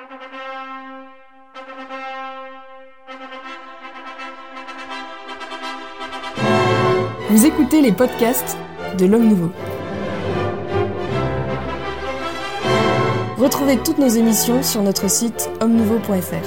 Vous écoutez les podcasts de l'Homme Nouveau. Retrouvez toutes nos émissions sur notre site hommenouveau.fr.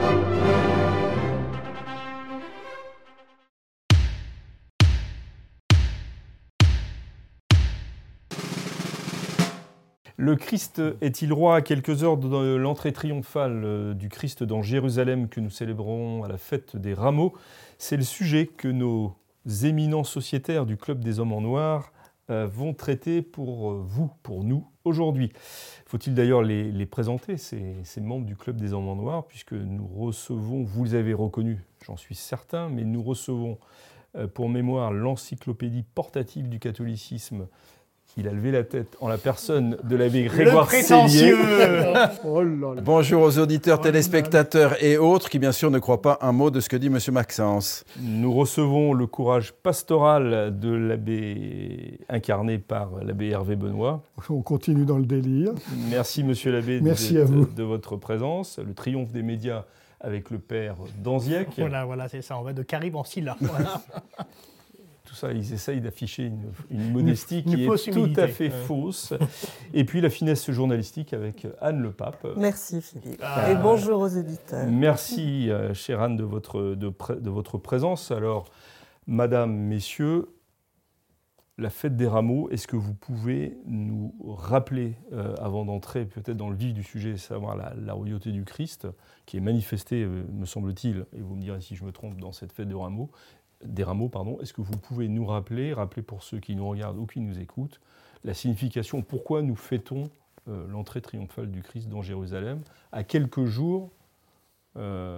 Le Christ est-il roi? À quelques heures de l'entrée triomphale du Christ dans Jérusalem que nous célébrons à la fête des Rameaux, c'est le sujet que nos éminents sociétaires du Club des Hommes en Noir vont traiter pour vous, pour nous, aujourd'hui. Faut-il d'ailleurs les présenter, ces membres du Club des Hommes en Noir, puisque nous recevons, vous les avez reconnus, j'en suis certain, mais nous recevons pour mémoire l'encyclopédie portative du catholicisme. Il a levé la tête en la personne de l'abbé Grégoire Sellier. Bonjour aux auditeurs, téléspectateurs et autres qui, bien sûr, ne croient pas un mot de ce que dit M. Maxence. Nous recevons le courage pastoral de l'abbé incarné par l'abbé Hervé Benoît. On continue dans le délire. Merci, monsieur l'abbé, de votre présence. Le triomphe des médias avec le père Danziac. Voilà, c'est ça. On va de Caribe en Scylla. Voilà. Tout ça, ils essayent d'afficher une modestie qui est tout à fait fausse. Et puis la finesse journalistique avec Anne Le Pape. Merci Philippe. Et bonjour aux éditeurs. Merci, chère Anne, de votre présence. Alors, madame, messieurs, la fête des Rameaux, est-ce que vous pouvez nous rappeler, avant d'entrer peut-être dans le vif du sujet, savoir la royauté du Christ, qui est manifestée, me semble-t-il, et vous me direz si je me trompe, dans cette fête des Rameaux, est-ce que vous pouvez nous rappeler pour ceux qui nous regardent ou qui nous écoutent, la signification, pourquoi nous fêtons l'entrée triomphale du Christ dans Jérusalem, à quelques jours de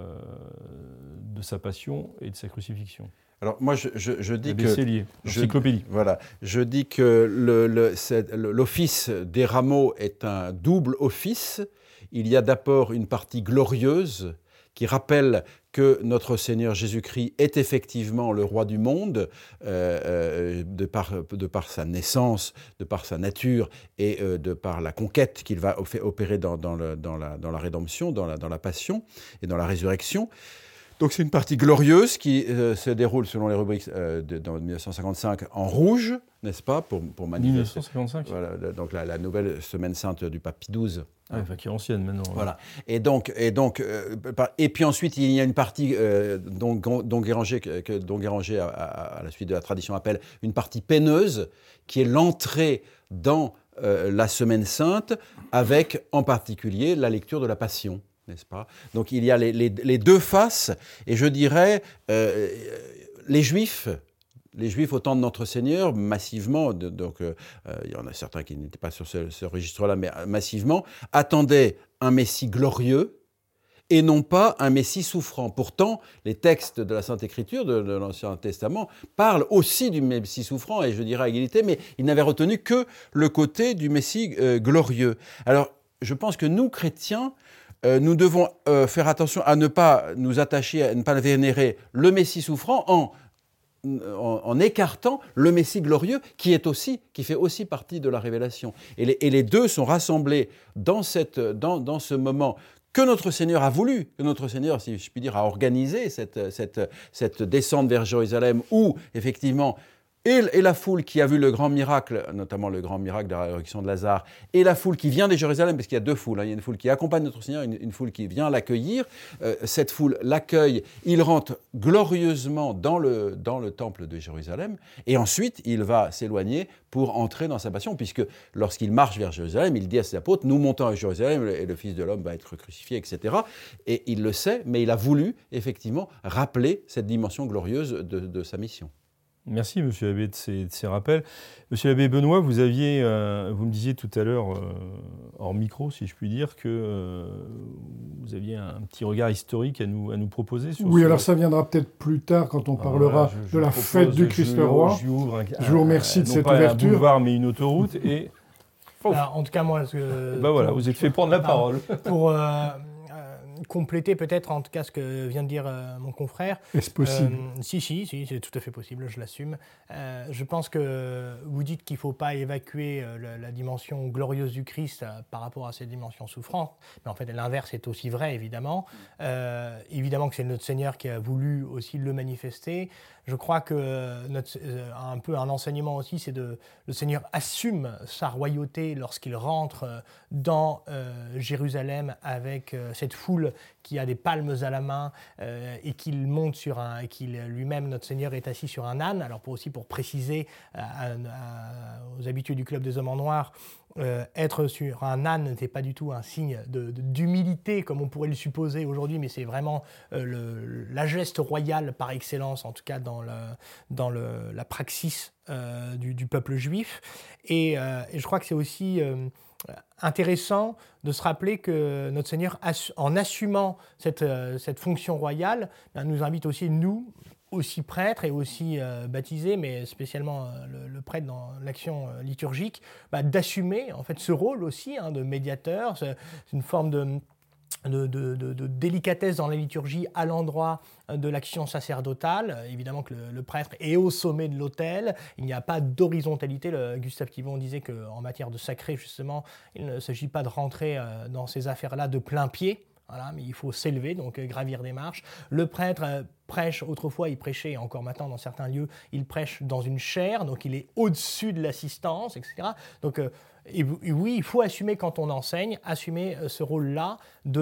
sa passion et de sa crucifixion? Alors moi, je dis que... Sellier, encyclopédie. Je dis que l'office des Rameaux est un double office. Il y a d'abord une partie glorieuse qui rappelle que notre Seigneur Jésus-Christ est effectivement le roi du monde, de par sa naissance, de par sa nature et de par la conquête qu'il va opérer dans la rédemption, dans la passion et dans la résurrection. Donc c'est une partie glorieuse qui se déroule selon les rubriques dans 1955 en rouge, n'est-ce pas, pour manifester. 1955. Voilà, donc la nouvelle semaine sainte du pape Pie XII. Qui est ancienne maintenant. Voilà. Et puis ensuite il y a une partie dont Guéranger à la suite de la tradition appelle une partie peineuse, qui est l'entrée dans la semaine sainte, avec en particulier la lecture de la Passion. N'est-ce pas? Donc il y a les deux faces, et je dirais les Juifs au temps de notre Seigneur, massivement, il y en a certains qui n'étaient pas sur ce registre-là, mais massivement, attendaient un Messie glorieux et non pas un Messie souffrant. Pourtant, les textes de la Sainte Écriture, de l'Ancien Testament, parlent aussi du Messie souffrant, et je dirais à égalité, mais ils n'avaient retenu que le côté du Messie glorieux. Alors, je pense que nous, chrétiens, nous devons faire attention à ne pas nous attacher, à ne pas vénérer le Messie souffrant en écartant le Messie glorieux qui fait aussi partie de la révélation. Et les deux sont rassemblés dans ce moment que notre Seigneur a voulu, que notre Seigneur, si je puis dire, a organisé cette descente vers Jérusalem où, effectivement, et la foule qui a vu le grand miracle, notamment le grand miracle de la résurrection de Lazare, et la foule qui vient de Jérusalem, parce qu'il y a deux foules, il y a une foule qui accompagne notre Seigneur, une foule qui vient l'accueillir. Cette foule l'accueille, il rentre glorieusement dans le temple de Jérusalem, et ensuite il va s'éloigner pour entrer dans sa passion, puisque lorsqu'il marche vers Jérusalem, il dit à ses apôtres, nous montons à Jérusalem, et le Fils de l'homme va être crucifié, etc. Et il le sait, mais il a voulu effectivement rappeler cette dimension glorieuse de sa mission. Merci, monsieur l'abbé, de ces rappels. Monsieur l'abbé Benoît, vous me disiez tout à l'heure, hors micro, si je puis dire, que vous aviez un petit regard historique à nous proposer. Alors ça viendra peut-être plus tard, quand on parlera de la fête du Christ roi. Je vous remercie de cette ouverture. Non pas un boulevard, mais une autoroute. Et... Alors, en tout cas, moi... vous êtes fait prendre la parole. compléter peut-être en tout cas ce que vient de dire mon confrère. Est-ce possible ? Si, c'est tout à fait possible, je l'assume. Je pense que vous dites qu'il ne faut pas évacuer la dimension glorieuse du Christ par rapport à cette dimension souffrante, mais en fait l'inverse est aussi vrai évidemment. Évidemment que c'est notre Seigneur qui a voulu aussi le manifester. Je crois que un peu un enseignement aussi, c'est le Seigneur assume sa royauté lorsqu'il rentre dans Jérusalem avec cette foule qui a des palmes à la main et qu'il monte sur et qu'il lui-même, notre Seigneur, est assis sur un âne. Alors pour préciser aux habitués du Club des Hommes en Noir, être sur un âne n'était pas du tout un signe d'humilité comme on pourrait le supposer aujourd'hui, mais c'est vraiment la geste royale par excellence, en tout cas dans la praxis du peuple juif. Et je crois que c'est aussi intéressant de se rappeler que notre Seigneur, en assumant cette fonction royale, nous invite aussi, nous, aussi prêtres et aussi baptisés, mais spécialement le prêtre dans l'action liturgique, d'assumer en fait ce rôle aussi de médiateur. C'est une forme de délicatesse dans la liturgie à l'endroit de l'action sacerdotale. Évidemment que le prêtre est au sommet de l'autel. Il n'y a pas d'horizontalité. Gustave Thibon disait qu'en matière de sacré, justement, il ne s'agit pas de rentrer dans ces affaires-là de plein pied. Voilà, mais il faut s'élever, donc gravir des marches. Le prêtre prêche, autrefois il prêchait, encore maintenant dans certains lieux, il prêche dans une chaire, donc il est au-dessus de l'assistance, etc. Donc et oui, il faut assumer quand on enseigne, assumer ce rôle-là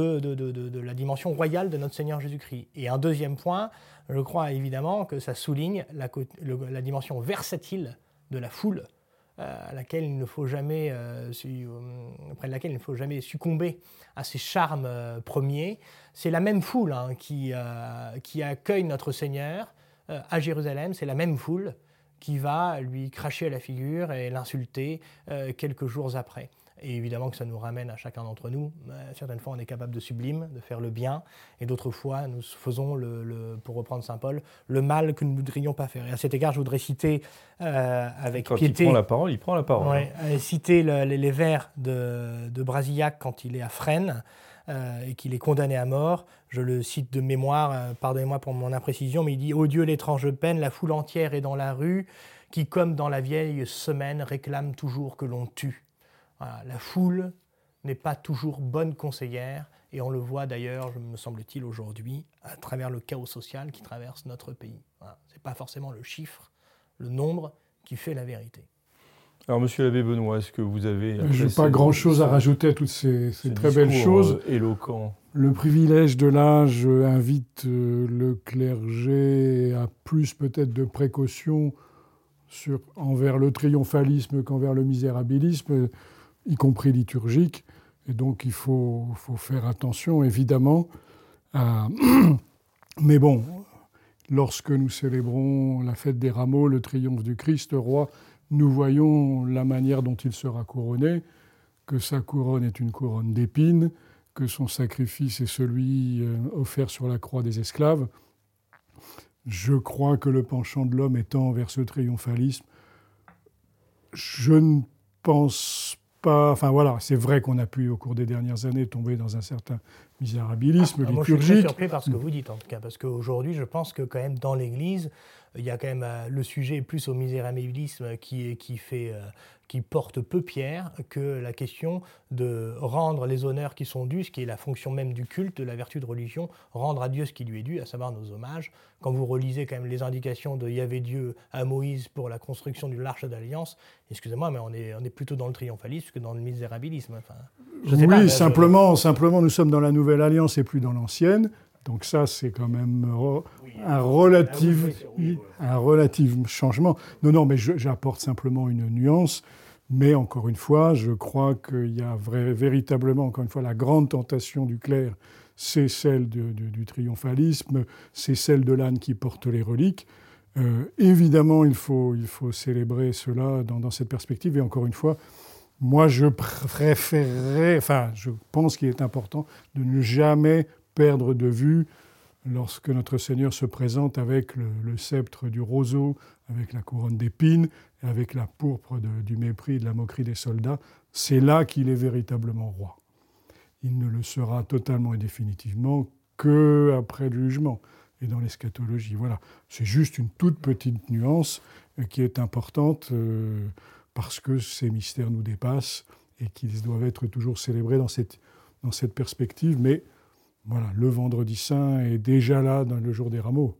de la dimension royale de notre Seigneur Jésus-Christ. Et un deuxième point, je crois évidemment que ça souligne la dimension versatile de la foule, à laquelle il ne faut jamais, auprès de laquelle il ne faut jamais succomber à ses charmes premiers. C'est la même foule qui accueille notre Seigneur à Jérusalem, c'est la même foule qui va lui cracher à la figure et l'insulter quelques jours après. Et évidemment que ça nous ramène à chacun d'entre nous. Certaines fois, on est capable de sublime, de faire le bien, et d'autres fois, nous faisons, pour reprendre Saint Paul, le mal que nous ne voudrions pas faire. Et à cet égard, je voudrais citer avec piété... Il prend la parole. Ouais, citer les vers de Brasillac quand il est à Fresnes, et qu'il est condamné à mort. Je le cite de mémoire, pardonnez-moi pour mon imprécision, mais il dit « Ô Dieu, l'étrange peine, la foule entière est dans la rue, qui, comme dans la vieille semaine, réclame toujours que l'on tue. » Voilà, la foule n'est pas toujours bonne conseillère, et on le voit d'ailleurs, me semble-t-il, aujourd'hui, à travers le chaos social qui traverse notre pays. Voilà. Ce n'est pas forcément le chiffre, le nombre qui fait la vérité. Alors, Monsieur l'abbé Benoît, est-ce que vous avez... Je n'ai pas grand-chose à rajouter à toutes ces très belles choses. Éloquent. Le privilège de l'âge invite le clergé à plus peut-être de précaution envers le triomphalisme qu'envers le misérabilisme, y compris liturgique. Et donc, il faut faire attention, évidemment. Mais bon, lorsque nous célébrons la fête des Rameaux, le triomphe du Christ roi, nous voyons la manière dont il sera couronné, que sa couronne est une couronne d'épines, que son sacrifice est celui offert sur la croix des esclaves. Je crois que le penchant de l'homme étant vers ce triomphalisme, je ne pense pas... Enfin voilà, c'est vrai qu'on a pu, au cours des dernières années, tomber dans un certain misérabilisme liturgique. Moi, je suis très surpris par ce que vous dites, en tout cas, parce qu'aujourd'hui, je pense que quand même, dans l'Église, il y a quand même le sujet plus au misérabilisme qui porte peu pierre que la question de rendre les honneurs qui sont dus, ce qui est la fonction même du culte, de la vertu de religion, rendre à Dieu ce qui lui est dû, à savoir nos hommages. Quand vous relisez quand même les indications de Yahvé Dieu à Moïse pour la construction de l'Arche d'Alliance, excusez-moi, mais on est plutôt dans le triomphalisme que dans le misérabilisme. Enfin, oui, simplement, nous sommes dans la Nouvelle Alliance et plus dans l'Ancienne. Donc ça, c'est quand même un relatif changement. Non, mais j'apporte simplement une nuance. Mais encore une fois, je crois qu'il y a véritablement, encore une fois, la grande tentation du clerc, c'est celle du triomphalisme, c'est celle de l'âne qui porte les reliques. Évidemment, il faut célébrer cela dans cette perspective. Et encore une fois, moi, je pense qu'il est important de ne jamais perdre de vue, lorsque notre Seigneur se présente avec le sceptre du roseau, avec la couronne d'épines, avec la pourpre du mépris et de la moquerie des soldats, c'est là qu'il est véritablement roi. il ne le sera totalement et définitivement qu'après le jugement et dans l'eschatologie. Voilà, c'est juste une toute petite nuance qui est importante parce que ces mystères nous dépassent et qu'ils doivent être toujours célébrés dans cette perspective. Mais voilà, le Vendredi Saint est déjà là dans le jour des rameaux.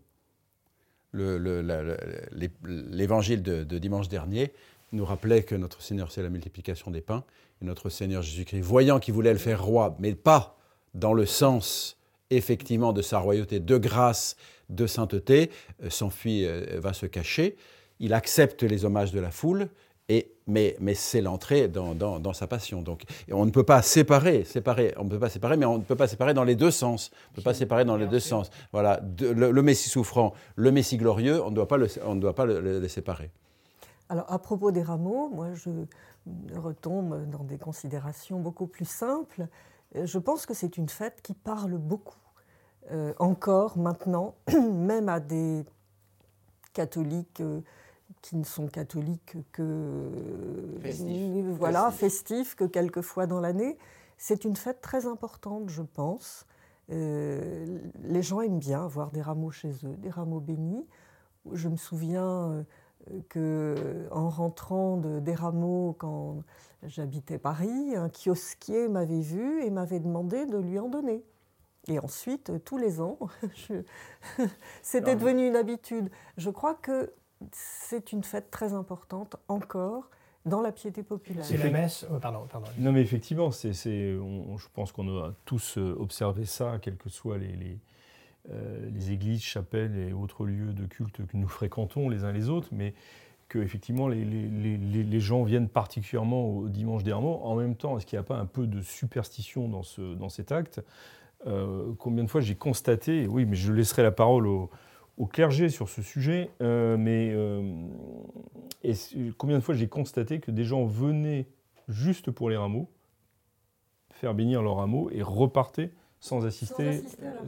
L'évangile de dimanche dernier nous rappelait que notre Seigneur, c'est la multiplication des pains. Et notre Seigneur Jésus-Christ, voyant qu'il voulait le faire roi, mais pas dans le sens effectivement de sa royauté, de grâce, de sainteté, s'enfuit, va se cacher. Il accepte les hommages de la foule, mais c'est l'entrée dans sa passion. Donc, on ne peut pas séparer, mais on ne peut pas séparer dans les deux sens. On ne peut pas séparer dans les deux sens. Voilà, le Messie souffrant, le Messie glorieux, on ne doit pas les séparer. Alors, à propos des rameaux, moi, je retombe dans des considérations beaucoup plus simples. Je pense que c'est une fête qui parle beaucoup, encore maintenant, même à des catholiques qui ne sont catholiques que festifs, que quelques fois dans l'année. C'est une fête très importante, je pense. Les gens aiment bien avoir des rameaux chez eux, des rameaux bénis. Je me souviens qu'en rentrant des rameaux quand j'habitais Paris, un kiosquier m'avait vu et m'avait demandé de lui en donner. Et ensuite, tous les ans, c'était devenu une habitude. Je crois que c'est une fête très importante encore dans la piété populaire. C'est la messe. Pardon. Non, mais effectivement, je pense qu'on a tous observé ça, quelles que soient les églises, chapelles et autres lieux de culte que nous fréquentons les uns les autres, mais que effectivement les gens viennent particulièrement au dimanche des rameaux. En même temps, est-ce qu'il n'y a pas un peu de superstition dans cet acte ? Combien de fois j'ai constaté, oui, mais je laisserai la parole au clergé sur ce sujet, combien de fois j'ai constaté que des gens venaient juste pour les rameaux, faire bénir leurs rameaux et repartaient sans assister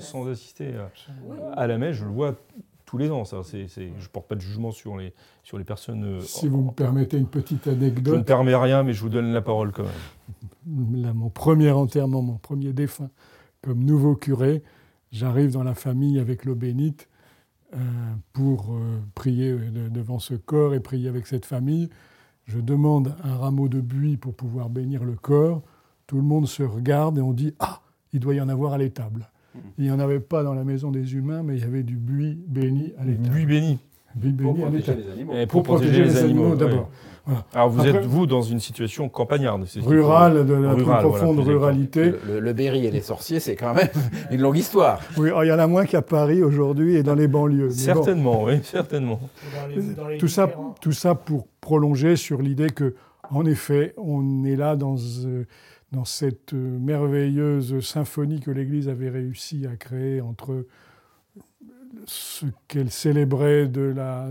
à la messe. Je le vois tous les ans. Ça. Je ne porte pas de jugement sur les personnes. Si vous me permettez une petite anecdote. Je ne permets rien, mais je vous donne la parole quand même. Là, mon premier enterrement, mon premier défunt, comme nouveau curé, j'arrive dans la famille avec l'eau bénite pour prier devant ce corps et prier avec cette famille. Je demande un rameau de buis pour pouvoir bénir le corps. Tout le monde se regarde et on dit « Ah, il doit y en avoir à l'étable ». Il n'y en avait pas dans la maison des humains, mais il y avait du buis béni à l'étable. Buis béni. Pour protéger les animaux. Pour protéger les animaux d'abord. Oui. Voilà. Alors vous êtes, vous, dans une situation campagnarde. Rurale, de la plus profonde ruralité. Le Berry et les sorciers, c'est quand même une longue histoire. Oui, il y en a moins qu'à Paris aujourd'hui et dans les banlieues. Certainement, oui, certainement. Tout ça pour prolonger sur l'idée que, en effet, on est là dans cette merveilleuse symphonie que l'Église avait réussi à créer entre ce qu'elle célébrait de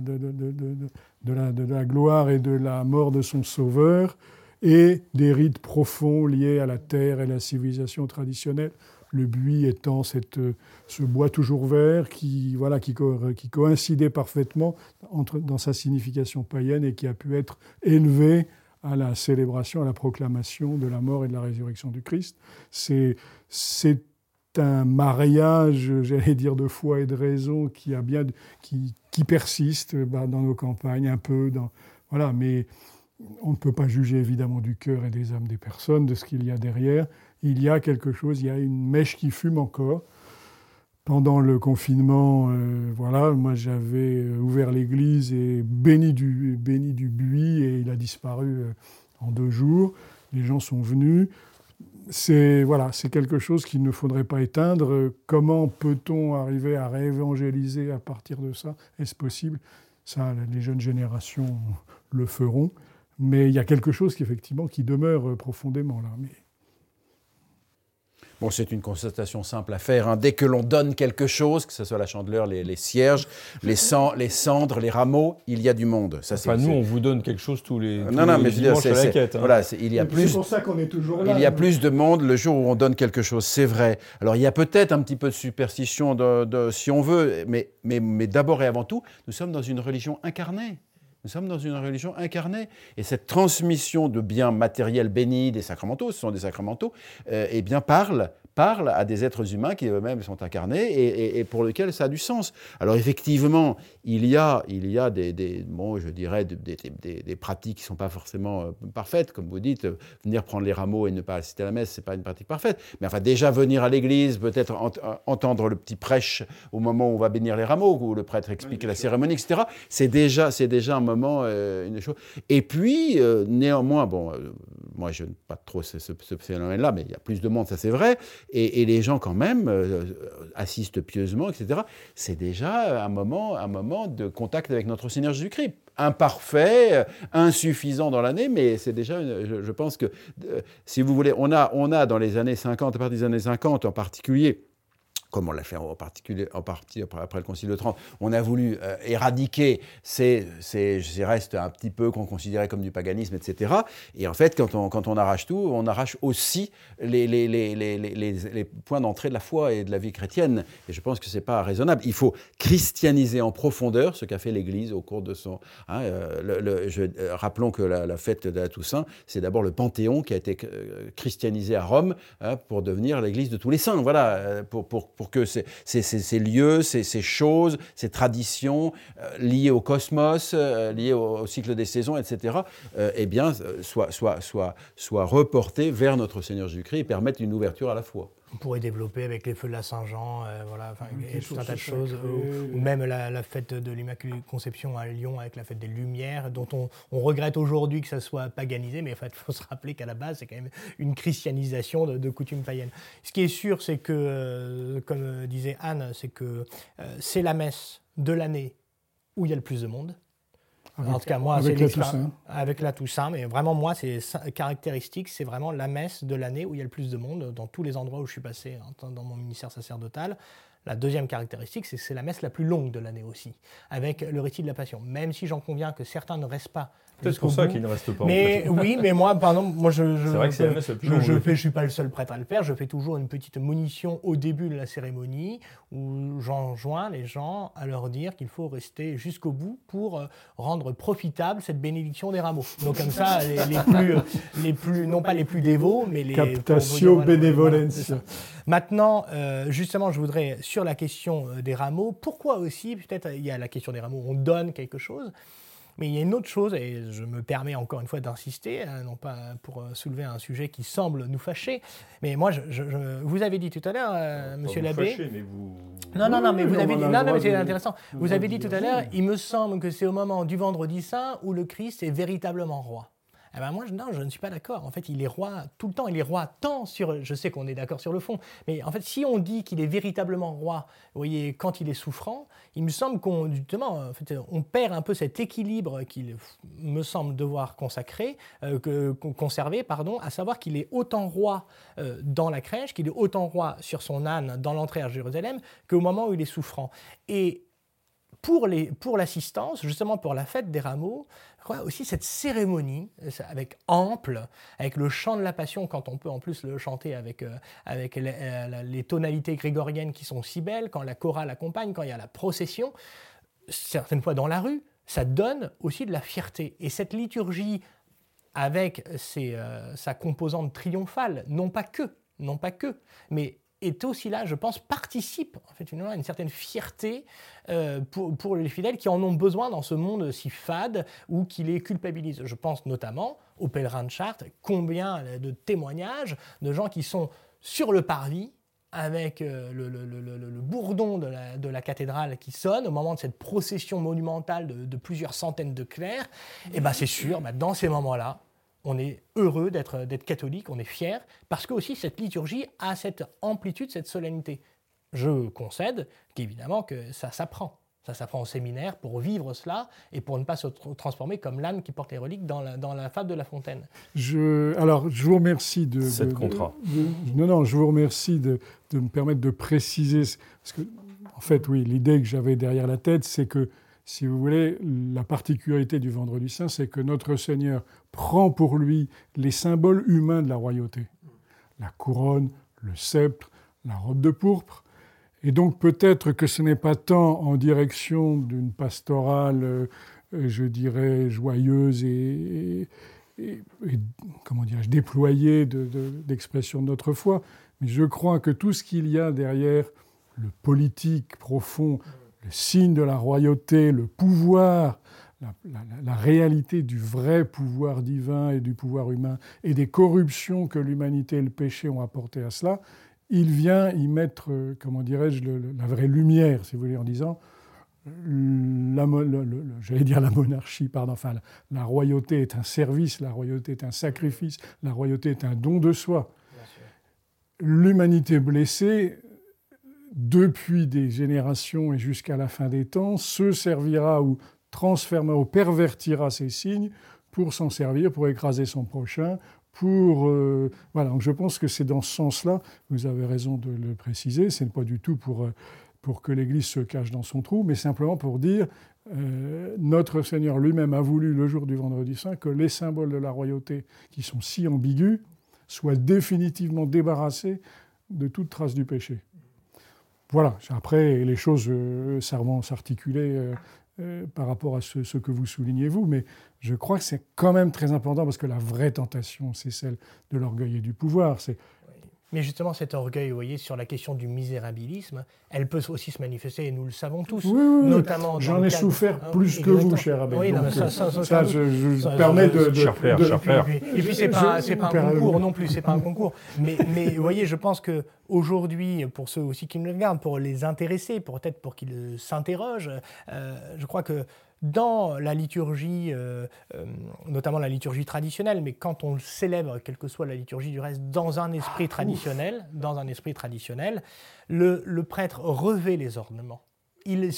la gloire et de la mort de son Sauveur, et des rites profonds liés à la terre et à la civilisation traditionnelle. Le buis étant ce bois toujours vert qui coïncidait parfaitement dans sa signification païenne et qui a pu être élevé à la célébration, à la proclamation de la mort et de la résurrection du Christ. C'est un mariage, j'allais dire, de foi et de raison qui persiste dans nos campagnes un peu. Voilà, mais on ne peut pas juger évidemment du cœur et des âmes des personnes, de ce qu'il y a derrière. Il y a quelque chose, il y a une mèche qui fume encore. Pendant le confinement, moi j'avais ouvert l'église et béni du buis, et il a disparu en 2 jours. Les gens sont venus. C'est quelque chose qu'il ne faudrait pas éteindre. Comment peut-on arriver à réévangéliser à partir de ça ? Est-ce possible ? Ça, les jeunes générations le feront. Mais il y a quelque chose qui demeure profondément là. Bon, c'est une constatation simple à faire. Dès que l'on donne quelque chose, que ce soit la chandeleur, les cierges, les cendres, les rameaux, il y a du monde. Nous, on vous donne quelque chose tous les dimanches à la quête. Voilà, c'est pour ça qu'on est toujours là. Il y a plus de monde le jour où on donne quelque chose, c'est vrai. Alors, il y a peut-être un petit peu de superstition, si on veut, mais d'abord et avant tout, nous sommes dans une religion incarnée. Nous sommes dans une religion incarnée. Et cette transmission de biens matériels bénis, des sacramentaux, ce sont des sacramentaux, eh bien parle à des êtres humains qui eux-mêmes sont incarnés et pour lesquels ça a du sens. Alors effectivement, il y a des pratiques qui ne sont pas forcément parfaites. Comme vous dites, venir prendre les rameaux et ne pas assister à la messe, ce n'est pas une pratique parfaite. Mais enfin, déjà venir à l'église, peut-être entendre le petit prêche au moment où on va bénir les rameaux, où le prêtre explique la cérémonie, etc. C'est déjà un moment, une chose. Et puis, néanmoins, moi je n'ai pas trop ce phénomène-là, mais il y a plus de monde, ça c'est vrai. Et les gens quand même assistent pieusement, etc. C'est déjà un moment de contact avec notre Seigneur Jésus-Christ. Imparfait, insuffisant dans l'année, mais c'est déjà, je pense que, si vous voulez, on a dans les années 50, à partir des années 50 en particulier, comme on l'a fait en partie après le Concile de Trente, on a voulu éradiquer ces restes un petit peu qu'on considérait comme du paganisme, etc. Et en fait, quand on arrache tout, on arrache aussi les points d'entrée de la foi et de la vie chrétienne. Et je pense que ce n'est pas raisonnable. Il faut christianiser en profondeur ce qu'a fait l'Église au cours de son... rappelons que la fête de la Toussaint, c'est d'abord le Panthéon qui a été christianisé à Rome pour devenir l'Église de tous les saints. Voilà, pour que ces lieux, ces choses, ces traditions liées au cosmos, liées au cycle des saisons, etc., soient reportées vers notre Seigneur Jésus-Christ et permettent une ouverture à la foi. On pourrait développer avec les feux de la Saint-Jean, et tout un tas de choses, ou même la fête de l'Immaculée Conception à Lyon avec la fête des Lumières, dont on regrette aujourd'hui que ça soit paganisé, mais en fait, il faut se rappeler qu'à la base, c'est quand même une christianisation de coutumes païennes. Ce qui est sûr, c'est que, comme disait Anne, c'est que c'est la messe de l'année où il y a le plus de monde. En tout cas, moi, avec la Toussaint. Avec la Toussaint, mais vraiment, moi, c'est caractéristique, c'est vraiment la messe de l'année où il y a le plus de monde, dans tous les endroits où je suis passé dans mon ministère sacerdotal. La deuxième caractéristique, c'est que c'est la messe la plus longue de l'année aussi, avec le récit de la Passion. Même si j'en conviens que certains ne restent pas. Peut-être pour ça qu'il ne reste pas. Mais oui, mais moi, pardon, c'est vrai que c'est la messe la plus longue. Je suis pas le seul prêtre à le faire. Je fais toujours une petite monition au début de la cérémonie où j'enjoins les gens à leur dire qu'il faut rester jusqu'au bout pour rendre profitable cette bénédiction des rameaux. Donc comme ça, les plus, non pas les plus dévots, mais les captatio benevolentia. Maintenant, justement, je voudrais sur la question des rameaux. Pourquoi aussi, peut-être, il y a la question des rameaux, on donne quelque chose. Mais il y a une autre chose, et je me permets encore une fois d'insister, non pas pour soulever un sujet qui semble nous fâcher, mais moi, vous avez dit tout à l'heure, Monsieur l'abbé... Fâcher, mais vous... Non, mais vous avez dit... Non, mais c'est intéressant. Vous avez dit tout à l'heure, il me semble que c'est au moment du Vendredi Saint où le Christ est véritablement roi. Eh ben moi, je ne suis pas d'accord. En fait, il est roi tout le temps. Il est roi tant sur... Je sais qu'on est d'accord sur le fond, mais en fait, si on dit qu'il est véritablement roi, vous voyez, quand il est souffrant, il me semble qu'on perd un peu cet équilibre qu'il me semble devoir conserver, à savoir qu'il est autant roi dans la crèche, qu'il est autant roi sur son âne dans l'entrée à Jérusalem, qu'au moment où il est souffrant. Et pour l'assistance, justement pour la fête des rameaux, aussi cette cérémonie avec ample, avec le chant de la Passion, quand on peut en plus le chanter avec les tonalités grégoriennes qui sont si belles, quand la chorale accompagne, quand il y a la procession, certaines fois dans la rue, ça donne aussi de la fierté. Et cette liturgie avec sa composante triomphale, non pas que, mais est aussi là, je pense, participe en fait à une certaine fierté pour les fidèles qui en ont besoin dans ce monde si fade ou qui les culpabilise. Je pense notamment aux pèlerins de Chartres, combien de témoignages de gens qui sont sur le parvis avec le bourdon de la cathédrale qui sonne au moment de cette procession monumentale de plusieurs centaines de clercs. Et bien c'est sûr, dans ces moments-là, on est heureux d'être catholique, on est fier, parce que aussi cette liturgie a cette amplitude, cette solennité. Je concède qu'évidemment que ça s'apprend. Ça s'apprend au séminaire pour vivre cela et pour ne pas se transformer comme l'âne qui porte les reliques dans la fable de La Fontaine. Alors, je vous remercie de... Cette contrat. Je vous remercie de me permettre de préciser, parce que, en fait, oui, l'idée que j'avais derrière la tête, c'est que, si vous voulez, la particularité du Vendredi Saint, c'est que notre Seigneur prend pour lui les symboles humains de la royauté. La couronne, le sceptre, la robe de pourpre. Et donc peut-être que ce n'est pas tant en direction d'une pastorale je dirais, joyeuse et comment dirais-je, déployée d'expression de notre foi. Mais je crois que tout ce qu'il y a derrière le politique profond, le signe de la royauté, le pouvoir, la réalité du vrai pouvoir divin et du pouvoir humain et des corruptions que l'humanité et le péché ont apportées à cela, il vient y mettre, comment dirais-je, la vraie lumière, si vous voulez, en disant, j'allais dire la monarchie, pardon, enfin, la royauté est un service, la royauté est un sacrifice, la royauté est un don de soi. L'humanité blessée, depuis des générations et jusqu'à la fin des temps, se servira ou transformera ou pervertira ces signes pour s'en servir, pour écraser son prochain, voilà. Donc je pense que c'est dans ce sens-là, vous avez raison de le préciser, ce n'est pas du tout pour que l'Église se cache dans son trou, mais simplement pour dire notre Seigneur lui-même a voulu, le jour du Vendredi Saint, que les symboles de la royauté, qui sont si ambigus, soient définitivement débarrassés de toute trace du péché. Voilà. Après, les choses vont s'articuler par rapport à ce que vous soulignez, vous, mais je crois que c'est quand même très important, parce que la vraie tentation, c'est celle de l'orgueil et du pouvoir. Mais justement, cet orgueil, vous voyez, sur la question du misérabilisme, elle peut aussi se manifester, et nous le savons tous. Oui, notamment j'en ai souffert plus que vous, cher abbé. Oui, donc, ça, je me permets de... Cher frère. Et puis, c'est pas un concours non plus, c'est pas un concours. Mais vous voyez, je pense qu'aujourd'hui, pour ceux aussi qui nous regardent, pour les intéresser, peut-être pour qu'ils s'interrogent, je crois que dans la liturgie, notamment la liturgie traditionnelle, mais quand on célèbre, quelle que soit la liturgie du reste, dans un esprit traditionnel, le prêtre revêt les ornements. Non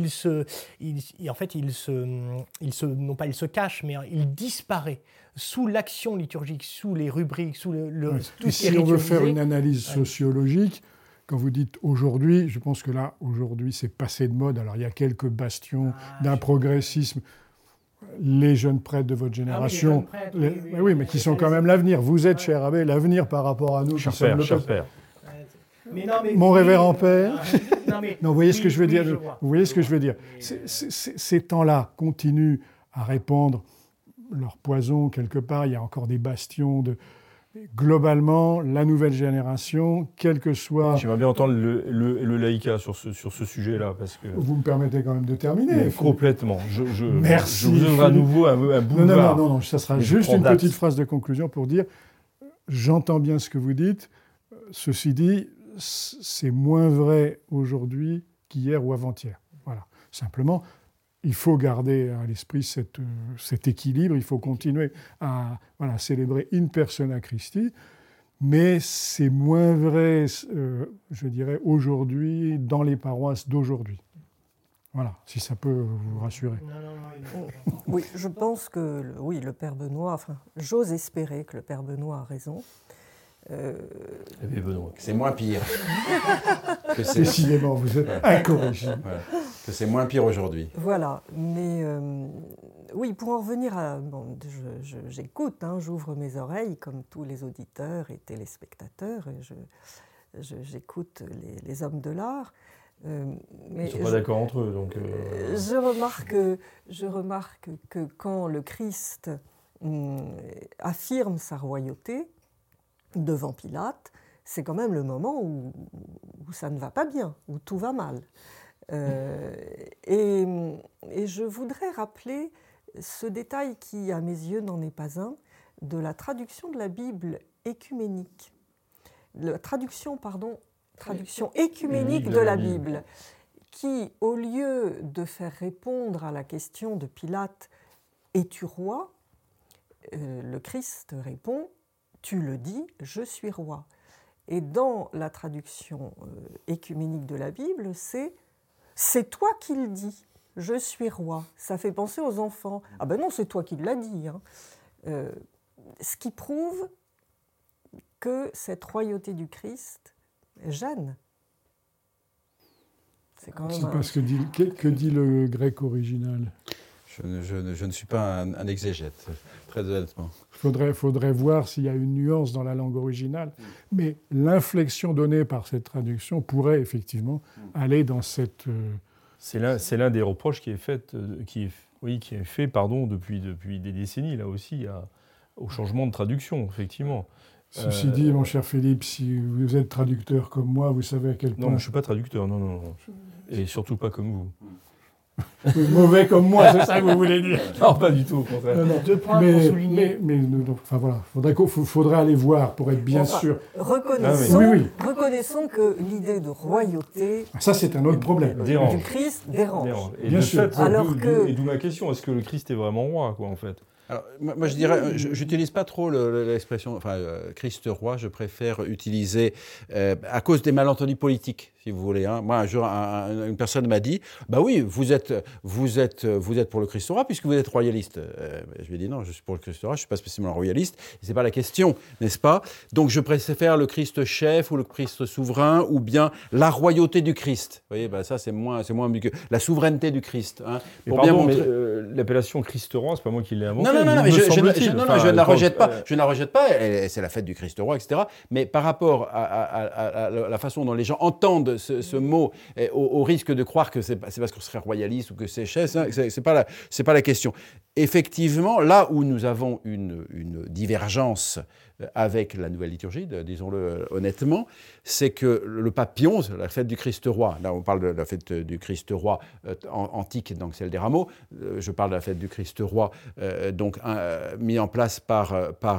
pas il se cache, mais il disparaît sous l'action liturgique, sous les rubriques, sous tout ce qui est si on veut faire ritualisé. une analyse sociologique, quand vous dites aujourd'hui, je pense que là, aujourd'hui, c'est passé de mode. Alors, il y a quelques bastions d'un progressisme. Les jeunes prêtres de votre génération, oui, mais qui sont quand même l'avenir. Vous êtes, cher abbé, l'avenir par rapport à nous. Cher père. Mon révérend père. Non, vous voyez ce que je veux dire. Vous voyez ce que je veux dire. Ces temps-là continuent à répandre leur poison quelque part. Il y a encore des bastions de... Globalement, la nouvelle génération, quel que soit... J'aimerais bien entendre le laïcat sur ce sujet-là, parce que... Vous me permettez quand même de terminer. Mais complètement. Merci. Je vous donnerai à nouveau un boulevard. Non, ça sera juste une petite phrase de conclusion pour dire, j'entends bien ce que vous dites, ceci dit, c'est moins vrai aujourd'hui qu'hier ou avant-hier. Voilà. Simplement, il faut garder à l'esprit cet équilibre, il faut continuer à célébrer in persona Christi, mais c'est moins vrai, je dirais, aujourd'hui, dans les paroisses d'aujourd'hui. Voilà, si ça peut vous rassurer. Oui, je pense que le Père Benoît, j'ose espérer que le Père Benoît a raison. C'est moins pire. Décidément, vous êtes incorrigible. Voilà. Que c'est moins pire aujourd'hui. Voilà, mais oui, pour en revenir à... j'écoute, j'ouvre mes oreilles comme tous les auditeurs et téléspectateurs, et j'écoute les hommes de l'art. Mais ils ne sont pas d'accord entre eux, donc... Je remarque que quand le Christ affirme sa royauté devant Pilate, c'est quand même le moment où ça ne va pas bien, où tout va mal. Et je voudrais rappeler ce détail qui, à mes yeux, n'en est pas un, de la traduction de la Bible écuménique. La traduction écuménique de la Bible, qui, au lieu de faire répondre à la question de Pilate « Es-tu roi ?», le Christ répond « Tu le dis, je suis roi ». Et dans la traduction écuménique de la Bible, c'est toi qui le dis, je suis roi. Ça fait penser aux enfants. Ah ben non, c'est toi qui l'as dit. Ce qui prouve que cette royauté du Christ gêne. C'est parce que dit le grec original. Je ne suis pas un exégète, très honnêtement. Il faudrait voir s'il y a une nuance dans la langue originale. Mais l'inflexion donnée par cette traduction pourrait effectivement aller dans cette... C'est l'un des reproches qui est Oui, qui est fait, depuis des décennies, là aussi, au changement de traduction, effectivement. Ceci dit, mon cher Philippe, si vous êtes traducteur comme moi, vous savez à quel point... Non, je ne suis pas traducteur, non. Et surtout pas comme vous. Mauvais comme moi, c'est ça que vous voulez dire. Non, pas du tout, au contraire. Non. 2 points pour souligner. Enfin voilà, faudrait aller voir pour être bien sûr. Reconnaissons que l'idée de royauté... Ça, c'est un autre problème. Du Christ dérange. Et bien sûr. Et d'où ma question, est-ce que le Christ est vraiment roi, quoi, en fait? Alors, moi, je dirais, j'utilise pas trop l'expression Christ roi, je préfère utiliser, à cause des malentendus politiques, si vous voulez. Hein. Moi, un jour, une personne m'a dit, bah oui, vous êtes pour le Christ roi puisque vous êtes royaliste. Je lui ai dit non, je suis pour le Christ roi, je suis pas spécialement royaliste, c'est pas la question, n'est-ce pas? Donc, je préfère le Christ chef ou le Christ souverain ou bien la royauté du Christ. Vous voyez, bah ça c'est moins ambigu. La souveraineté du Christ. Hein, pour bien montrer... l'appellation Christ roi, c'est pas moi qui l'ai inventé. Non, mais je ne la rejette pas. Je ne la rejette pas. C'est la fête du Christ roi, etc. Mais par rapport à la façon dont les gens entendent ce mot, au risque de croire que c'est parce qu'on serait royaliste ou que c'est chef, c'est pas la question. Effectivement, là où nous avons une divergence avec la nouvelle liturgie, disons-le honnêtement, c'est que le pape Pie XI, la fête du Christ roi, là on parle de la fête du Christ roi antique, donc celle des rameaux, je parle de la fête du Christ roi, mis en place par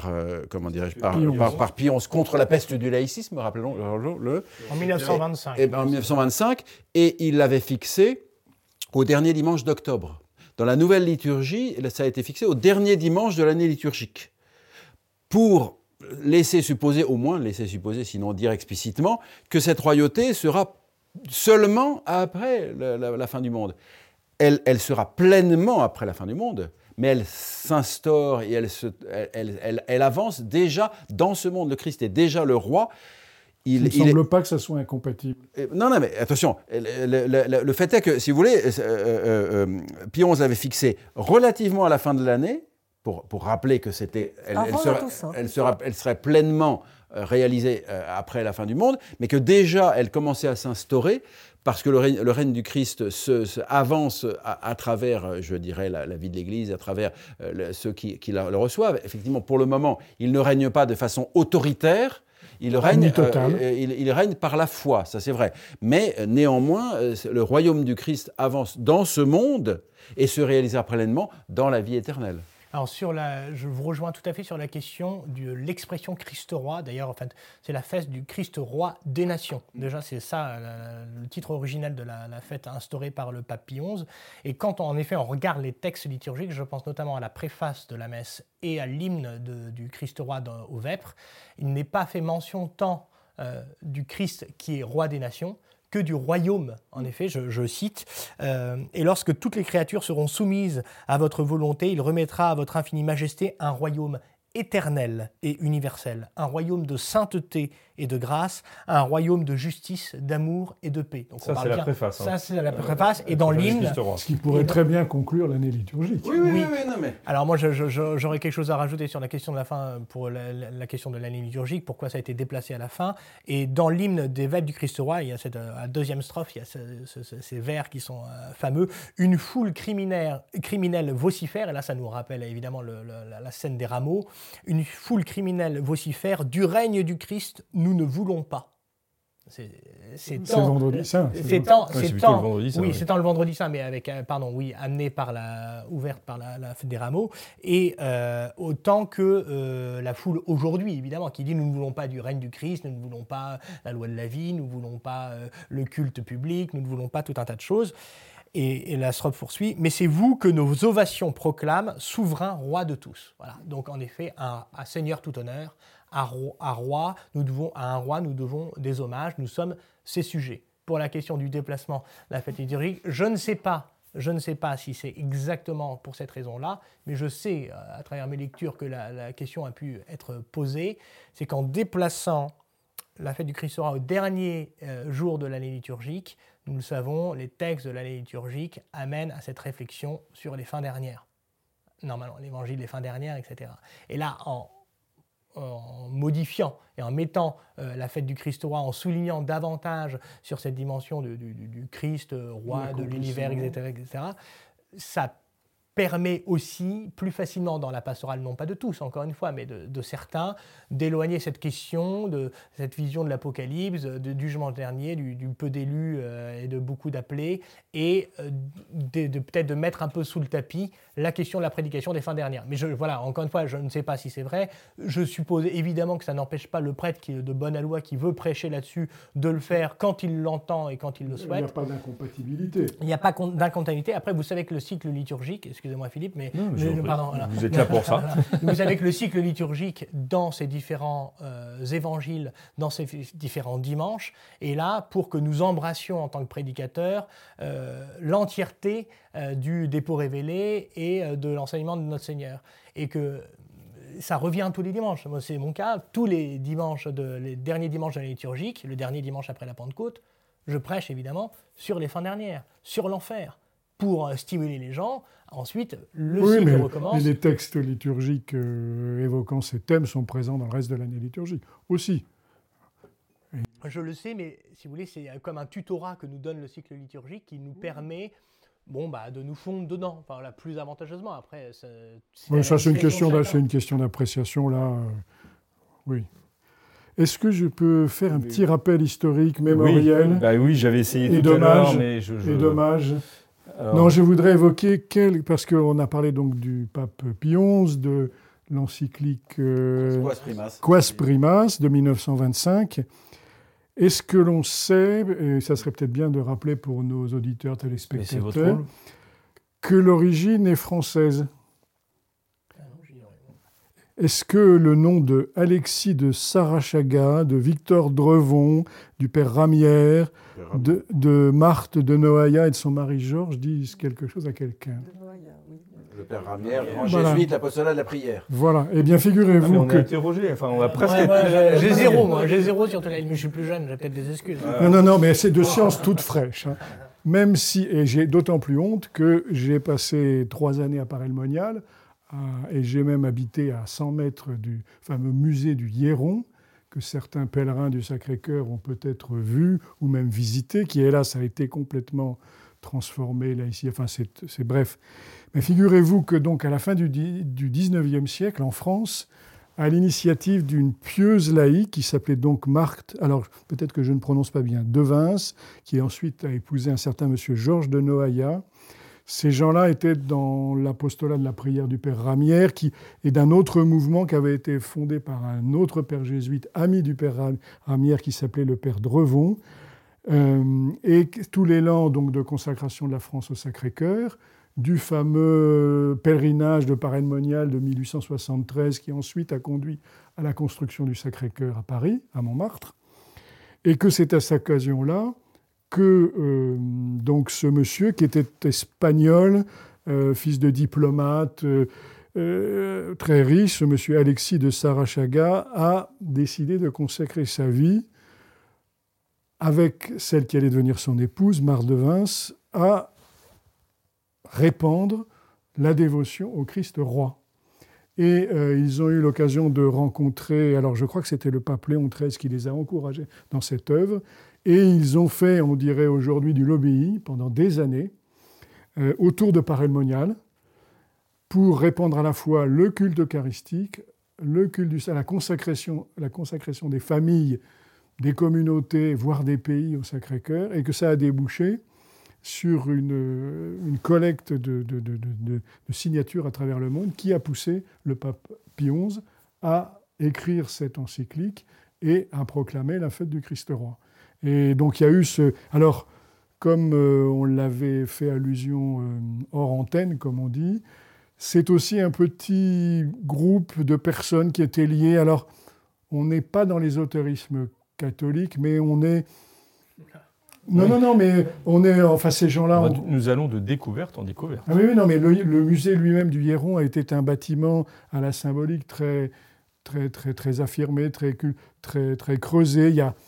Pie XI contre la peste du laïcisme, rappelons-le. En 1925. En 1925, et il l'avait fixé au dernier dimanche d'octobre. Dans la nouvelle liturgie, ça a été fixé au dernier dimanche de l'année liturgique, pour laisser supposer, sinon dire explicitement, que cette royauté sera seulement après la fin du monde. Elle sera pleinement après la fin du monde, mais elle s'instaure et elle avance déjà dans ce monde. Le Christ est déjà le roi. Il ne semble pas que ça soit incompatible. Non, mais attention, le fait est que, si vous voulez, Pie XI avait fixé relativement à la fin de l'année, pour rappeler que elle serait pleinement réalisée après la fin du monde, mais que déjà elle commençait à s'instaurer parce que le règne du Christ avance à travers, je dirais, la vie de l'Église, à travers ceux qui le reçoivent. Effectivement, pour le moment, il ne règne pas de façon autoritaire. Il règne par la foi, ça c'est vrai. Mais néanmoins, le royaume du Christ avance dans ce monde et se réalisera pleinement dans la vie éternelle. Alors, je vous rejoins tout à fait sur la question de l'expression Christ roi. D'ailleurs, en fait, c'est la fête du Christ roi des nations. Déjà, c'est ça le titre original de la fête instaurée par le pape Pie XI. Et quand, en effet, on regarde les textes liturgiques, je pense notamment à la préface de la messe et à l'hymne du Christ roi au Vêpres, il n'est pas fait mention tant du Christ qui est roi des nations que du royaume, en effet, je cite, « Et lorsque toutes les créatures seront soumises à votre volonté, il remettra à votre infinie majesté un royaume éternel et universel, un royaume de sainteté et de grâce, un royaume de justice, d'amour et de paix. » Donc ça, c'est la préface. Ça, c'est la préface. Et dans l'hymne... Ce qui pourrait très bien conclure l'année liturgique. Oui, non, mais... Alors moi, j'aurais quelque chose à rajouter sur la question de la fin, pour la question de l'année liturgique, pourquoi ça a été déplacé à la fin. Et dans l'hymne des Vêpres du Christ roi, il y a cette deuxième strophe, il y a ces vers qui sont fameux. « Une foule criminelle vocifère », et là ça nous rappelle évidemment la scène des rameaux, « Une foule criminelle vocifère, du règne du Christ, nous ne voulons pas ». C'est Vendredi Saint. C'est le Vendredi Saint, mais ouverte par la fête des rameaux. Et autant que la foule aujourd'hui, évidemment, qui dit nous ne voulons pas du règne du Christ, nous ne voulons pas la loi de la vie, nous ne voulons pas le culte public, nous ne voulons pas tout un tas de choses. Et la strophe poursuit, mais c'est vous que nos ovations proclament, souverain roi de tous. Voilà. Donc en effet, à Seigneur tout honneur, à un roi, nous devons des hommages, nous sommes ses sujets. Pour la question du déplacement de la fête liturgique, je ne sais pas si c'est exactement pour cette raison-là, mais je sais, à travers mes lectures, que la question a pu être posée. C'est qu'en déplaçant la fête du Christ roi au dernier jour de l'année liturgique, nous le savons, les textes de l'année liturgique amènent à cette réflexion sur les fins dernières. Normalement, l'évangile des fins dernières, etc. Et là, en modifiant et en mettant la fête du Christ roi, en soulignant davantage sur cette dimension du Christ roi de l'univers, etc., ça permet aussi plus facilement dans la pastorale, non pas de tous encore une fois, mais de certains, d'éloigner cette question, de cette vision de l'Apocalypse, du jugement dernier, du peu d'élus et de beaucoup d'appelés, et peut-être de mettre un peu sous le tapis la question de la prédication des fins dernières. Mais voilà, encore une fois, je ne sais pas si c'est vrai. Je suppose évidemment que ça n'empêche pas le prêtre qui est de bonne aloi, qui veut prêcher là-dessus, de le faire quand il l'entend et quand il le souhaite. Il n'y a pas d'incompatibilité. Il n'y a pas d'incompatibilité. Après, vous savez que le cycle liturgique, excusez-moi Philippe, mais pardon, voilà. Vous êtes là pour ça. Vous savez que le cycle liturgique dans ces différents évangiles, dans ces différents dimanches, est là pour que nous embrassions en tant que prédicateurs l'entièreté du dépôt révélé et de l'enseignement de notre Seigneur. Et que ça revient tous les dimanches. Moi, c'est mon cas. Tous les dimanches, les derniers dimanches de la liturgique, le dernier dimanche après la Pentecôte, je prêche évidemment sur les fins dernières, sur l'enfer, pour stimuler les gens. Ensuite, le cycle recommence. Mais les textes liturgiques évoquant ces thèmes sont présents dans le reste de l'année liturgique aussi. Je le sais, mais si vous voulez, c'est comme un tutorat que nous donne le cycle liturgique qui nous permet de nous fondre dedans, plus avantageusement. Après, c'est une question d'appréciation, là. Oui. Est-ce que je peux faire un petit rappel historique, mémoriel ? Oui, j'avais essayé tout à l'heure, mais dommage. Alors... Non, je voudrais évoquer parce qu'on a parlé donc du pape Pie XI, de l'encyclique Quas Primas de 1925. Est-ce que l'on sait, et ça serait peut-être bien de rappeler pour nos auditeurs téléspectateurs, que l'origine est française ? Est-ce que le nom de Alexis de Sarachaga, de Victor Drevon, du père Ramière, de Marthe de Noaillat et de son mari Georges disent quelque chose à quelqu'un ? Le père Ramière, grand jésuite, l'apostolat de la prière. Voilà. Eh bien, figurez-vous on est interrogé. On a presque... J'ai zéro sur la ligne. Je suis plus jeune, j'ai peut-être des excuses. Non, mais c'est de sciences toutes fraîches. Même si, et j'ai d'autant plus honte que j'ai passé 3 années à Paray-le-Monial, et j'ai même habité à 100 mètres du fameux musée du Hieron, que certains pèlerins du Sacré-Cœur ont peut-être vu ou même visité, qui, hélas, a été complètement transformé là, ici. C'est bref. Mais figurez-vous que, donc, à la fin du 19e siècle, en France, à l'initiative d'une pieuse laïque qui s'appelait donc Marthe, alors peut-être que je ne prononce pas bien, Devins, qui ensuite a épousé un certain monsieur Georges de Noaillat. Ces gens-là étaient dans l'apostolat de la prière du père Ramière, qui est d'un autre mouvement qui avait été fondé par un autre père jésuite, ami du père Ramière, qui s'appelait le père Drevon. Et tout l'élan donc, de consacration de la France au Sacré-Cœur, du fameux pèlerinage de Paray-le-Monial de 1873, qui ensuite a conduit à la construction du Sacré-Cœur à Paris, à Montmartre, et que c'est à cette occasion-là que donc ce monsieur, qui était espagnol, fils de diplomate, très riche, ce monsieur Alexis de Sarachaga, a décidé de consacrer sa vie, avec celle qui allait devenir son épouse, Marthe Devins, à répandre la dévotion au Christ roi. Et ils ont eu l'occasion de rencontrer, alors je crois que c'était le pape Léon XIII qui les a encouragés dans cette œuvre, et ils ont fait, on dirait aujourd'hui, du lobbying pendant des années autour de Paray-le-Monial pour répandre à la fois le culte eucharistique, le culte la consacration des familles, des communautés, voire des pays au Sacré-Cœur, et que ça a débouché sur une collecte de signatures à travers le monde qui a poussé le pape Pie XI à écrire cette encyclique et à proclamer la fête du Christ roi. Et donc il y a eu Alors, comme on l'avait fait allusion hors antenne, comme on dit, c'est aussi un petit groupe de personnes qui étaient liées. Alors, on n'est pas dans l'ésotérisme catholique, mais on est... Non, mais on est... Enfin, ces gens-là... Nous allons de découverte en découverte. Ah oui, non, mais le musée lui-même du Hieron a été un bâtiment à la symbolique très affirmé, très creusé. Il y a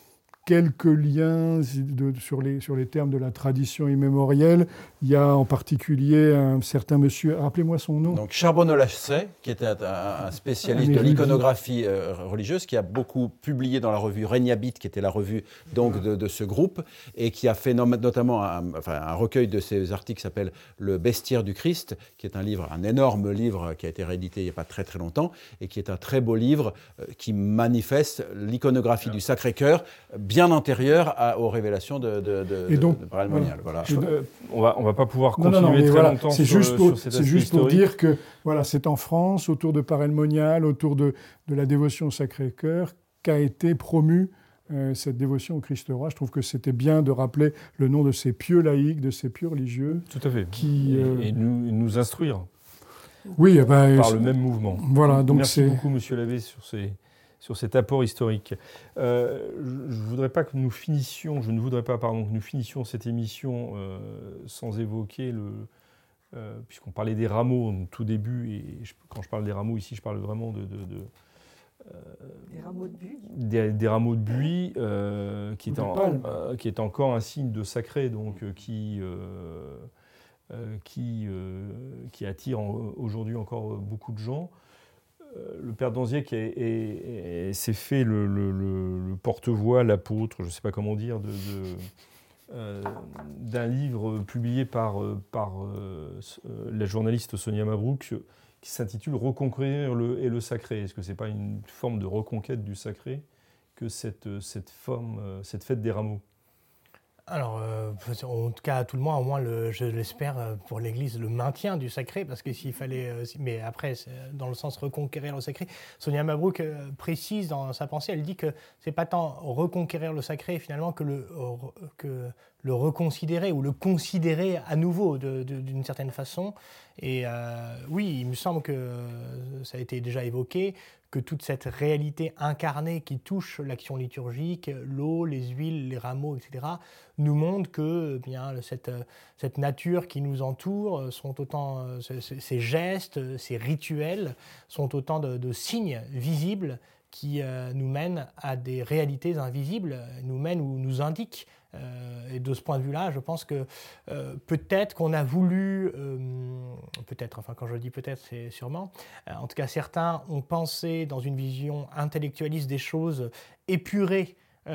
quelques liens sur les termes de la tradition immémorielle. Il y a en particulier un certain monsieur, rappelez-moi son nom. Donc Charbonneau-Lacet, qui était un spécialiste de l'iconographie religieuse, qui a beaucoup publié dans la revue Regnabit, qui était la revue donc, de ce groupe, et qui a fait notamment un recueil de ses articles qui s'appelle Le Bestiaire du Christ, qui est un énorme livre qui a été réédité il n'y a pas très très longtemps, et qui est un très beau livre qui manifeste l'iconographie du Sacré-Cœur bien antérieure aux révélations de Paray-le-Monial. Voilà. On va pas pouvoir continuer très longtemps c'est sur C'est juste pour dire que voilà, c'est en France, autour de Paray-le-Monial, autour de la dévotion au Sacré-Cœur, qu'a été promue cette dévotion au Christ roi. Je trouve que c'était bien de rappeler le nom de ces pieux laïcs, de ces pieux religieux. Tout à fait. Et nous instruire. Oui, par le même mouvement. Voilà, donc merci beaucoup, Monsieur l'abbé, sur cet apport historique. Je ne voudrais pas que nous finissions cette émission sans évoquer puisqu'on parlait des rameaux au tout début, et quand je parle des rameaux ici, je parle vraiment des rameaux de buis. Des rameaux de buis, qui est encore un signe de sacré, donc qui attire aujourd'hui encore beaucoup de gens. Le père d'Anziec s'est fait le porte-voix, l'apôtre, je ne sais pas comment dire, d'un livre publié par la journaliste Sonia Mabrouk, qui s'intitule « Reconquérir le sacré ». Est-ce que ce n'est pas une forme de reconquête du sacré que cette fête des rameaux ? Alors, en tout cas, à tout le moins, au moins, je l'espère pour l'Église, le maintien du sacré, parce que s'il fallait... mais après, dans le sens reconquérir le sacré, Sonia Mabrouk précise dans sa pensée, elle dit que c'est pas tant reconquérir le sacré, finalement, que le reconsidérer ou le considérer à nouveau d'une certaine façon. Et oui, il me semble que ça a été déjà évoqué, que toute cette réalité incarnée qui touche l'action liturgique, l'eau, les huiles, les rameaux, etc., nous montre que cette nature qui nous entoure, sont autant, ces gestes, ces rituels, sont autant de signes visibles qui nous mènent à des réalités invisibles, nous mènent ou nous indiquent. Et de ce point de vue-là, je pense que peut-être qu'on a voulu, quand je dis peut-être, c'est sûrement, en tout cas certains ont pensé dans une vision intellectualiste des choses, épurer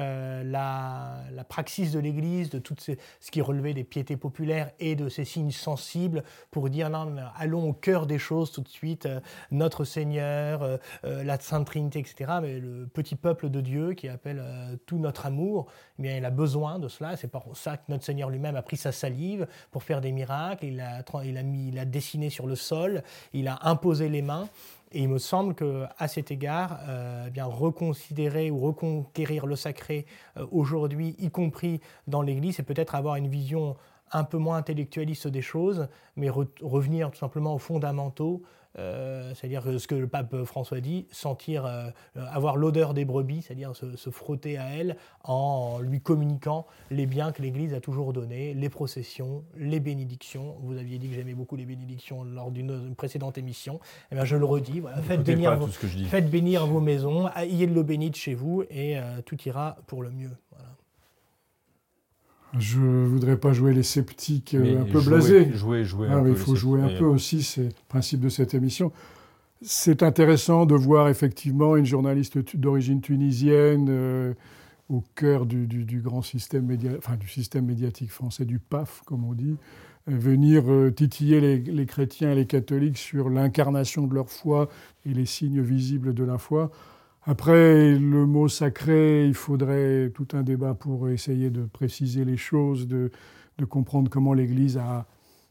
la praxis de l'Église, de tout ce qui relevait des piétés populaires et de ces signes sensibles, pour dire non, allons au cœur des choses tout de suite, notre Seigneur, la Sainte Trinité, etc. Mais le petit peuple de Dieu qui appelle tout notre amour, eh bien, il a besoin de cela. C'est pour ça que notre Seigneur lui-même a pris sa salive pour faire des miracles. Il a dessiné sur le sol, il a imposé les mains. Et il me semble qu'à cet égard, reconsidérer ou reconquérir le sacré aujourd'hui, y compris dans l'Église, c'est peut-être avoir une vision un peu moins intellectualiste des choses, mais revenir tout simplement aux fondamentaux, c'est-à-dire ce que le pape François dit, avoir l'odeur des brebis, c'est-à-dire se frotter à elles en lui communiquant les biens que l'Église a toujours donnés, les processions, les bénédictions. Vous aviez dit que j'aimais beaucoup les bénédictions lors d'une précédente émission. Eh bien, je le redis, voilà, faites bénir vos maisons, ayez de l'eau bénite chez vous et tout ira pour le mieux. Voilà. Je ne voudrais pas jouer les sceptiques un peu blasés. Il faut jouer un peu aussi, c'est le principe de cette émission. C'est intéressant de voir effectivement une journaliste d'origine tunisienne au cœur du grand système du système médiatique français, du PAF, comme on dit, venir titiller les chrétiens et les catholiques sur l'incarnation de leur foi et les signes visibles de la foi. Après, le mot sacré, il faudrait tout un débat pour essayer de préciser les choses, de comprendre comment l'Église a,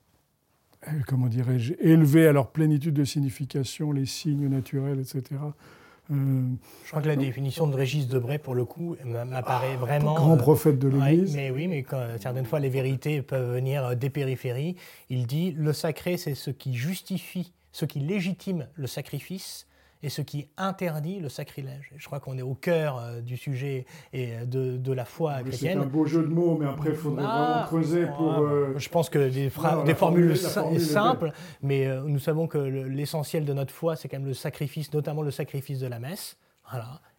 élevé à leur plénitude de signification les signes naturels, etc. Je crois que la définition de Régis Debray, pour le coup, m'apparaît vraiment... Grand prophète de l'Église. Mais certaines fois, les vérités peuvent venir des périphéries. Il dit « Le sacré, c'est ce qui justifie, ce qui légitime le sacrifice, et ce qui interdit le sacrilège. » Je crois qu'on est au cœur du sujet et de la foi chrétienne. C'est un beau jeu de mots, mais après, il faudrait vraiment creuser pour... Je pense que des formules simples, mais nous savons que l'essentiel de notre foi, c'est quand même le sacrifice, notamment le sacrifice de la messe. Voilà.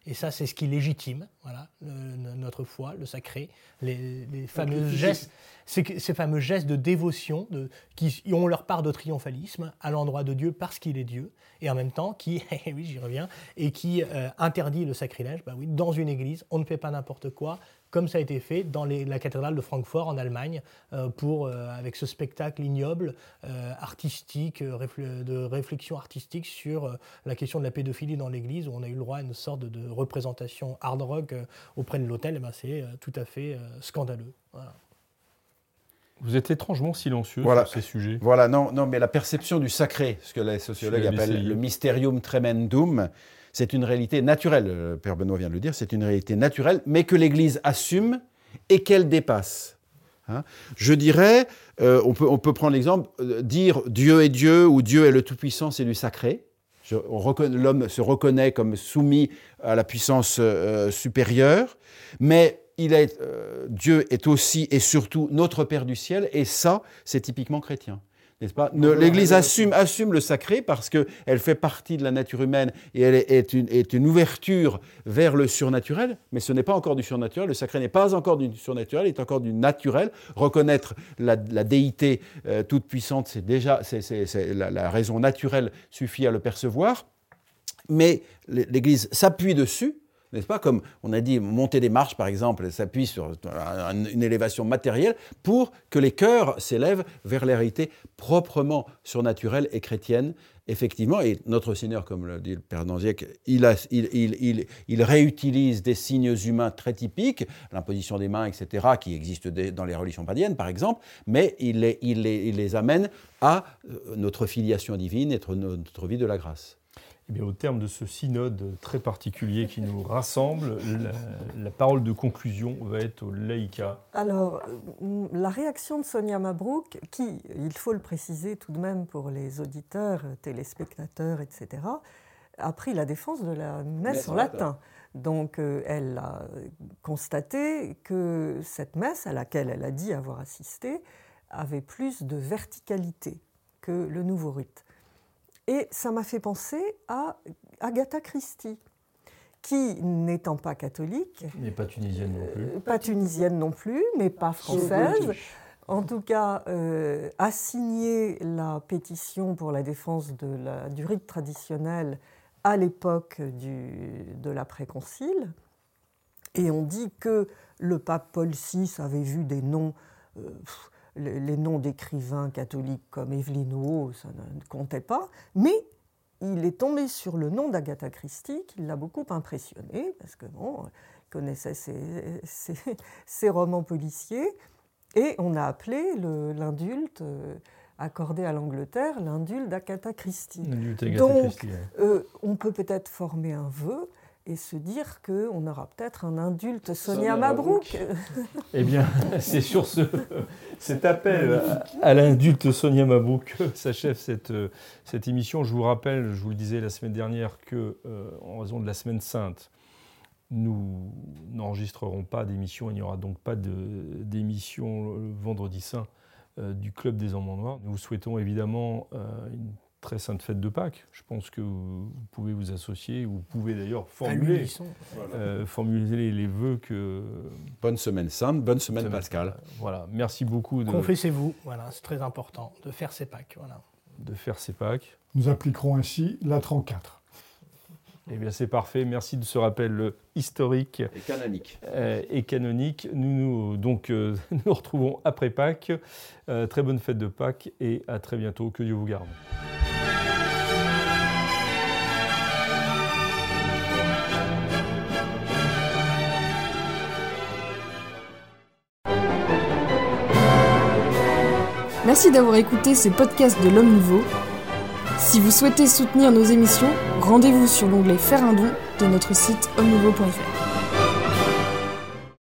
Et ça, c'est ce qui légitime notre foi, le sacré, les fameux gestes, ces fameux gestes de dévotion qui ont leur part de triomphalisme à l'endroit de Dieu parce qu'il est Dieu, et en même temps qui, oui, j'y reviens, et qui interdit le sacrilège. Oui, dans une église, on ne fait pas n'importe quoi, comme ça a été fait dans la cathédrale de Francfort en Allemagne, avec ce spectacle ignoble, artistique, de réflexion artistique sur la question de la pédophilie dans l'église, où on a eu le droit à une sorte de représentation hard rock auprès de l'autel. C'est tout à fait scandaleux. Voilà. Vous êtes étrangement silencieux sur ces sujets. Voilà, non, mais la perception du sacré, ce que les sociologues appellent le mysterium tremendum, c'est une réalité naturelle, Père Benoît vient de le dire, c'est une réalité naturelle, mais que l'Église assume et qu'elle dépasse. Je dirais, on peut prendre l'exemple, dire Dieu est Dieu ou Dieu est le Tout-Puissant, c'est du sacré. L'homme se reconnaît comme soumis à la puissance supérieure, mais Dieu est aussi et surtout notre Père du ciel, et ça, c'est typiquement chrétien. N'est-ce pas ? L'Église assume le sacré parce qu'elle fait partie de la nature humaine et elle est une ouverture vers le surnaturel, mais ce n'est pas encore du surnaturel. Le sacré n'est pas encore du surnaturel, il est encore du naturel. Reconnaître la déité toute puissante, la raison naturelle suffit à le percevoir. Mais l'Église s'appuie dessus. N'est-ce pas ? Comme on a dit, monter des marches, par exemple, elle s'appuie sur une élévation matérielle pour que les cœurs s'élèvent vers la réalité proprement surnaturelle et chrétienne, effectivement. Et notre Seigneur, comme le dit le Père Danziec, il réutilise des signes humains très typiques, l'imposition des mains, etc., qui existent dans les religions païennes, par exemple, mais il les amène à notre filiation divine et notre vie de la grâce. Eh bien, au terme de ce synode très particulier qui nous rassemble, la parole de conclusion va être au laïcat. Alors, la réaction de Sonia Mabrouk, qui, il faut le préciser tout de même pour les auditeurs, téléspectateurs, etc., a pris la défense de la messe en latin. Donc, elle a constaté que cette messe, à laquelle elle a dit avoir assisté, avait plus de verticalité que le nouveau rite. Et ça m'a fait penser à Agatha Christie, qui, n'étant pas catholique... Mais pas tunisienne non plus. Pas tunisienne non plus, mais pas française. En tout cas, a signé la pétition pour la défense du rite traditionnel à l'époque de l'après-concile. Et on dit que le pape Paul VI avait vu des noms... les noms d'écrivains catholiques comme Evelyn Waugh, ça ne comptait pas, mais il est tombé sur le nom d'Agatha Christie qui l'a beaucoup impressionné, parce que il connaissait ses romans policiers, et on a appelé l'indulte accordé à l'Angleterre l'indulte d'Agatha Christie. Donc, on peut peut-être former un vœu et se dire qu'on aura peut-être un indulte Sonia Mabrouk. Eh bien, c'est sur cet appel à l'indulte Sonia Mabrouk que s'achève cette émission. Je vous rappelle, je vous le disais la semaine dernière, qu'en raison de la Semaine Sainte, nous n'enregistrerons pas d'émission. Il n'y aura donc pas d'émission le vendredi saint du Club des Amants Noirs. Nous vous souhaitons évidemment une très sainte fête de Pâques. Je pense que vous pouvez vous associer, vous pouvez d'ailleurs formuler les vœux que... Bonne semaine sainte, bonne semaine pascale. Voilà, merci beaucoup. Confessez-vous, c'est très important, de faire ces Pâques. De faire ces Pâques. Nous appliquerons ainsi la 34. Eh bien, c'est parfait. Merci de ce rappel historique et canonique. Nous nous retrouvons après Pâques. Très bonne fête de Pâques et à très bientôt. Que Dieu vous garde. Merci d'avoir écouté ce podcast de l'Homme Nouveau. Si vous souhaitez soutenir nos émissions, rendez-vous sur l'onglet Faire un don de notre site homme-nouveau.fr.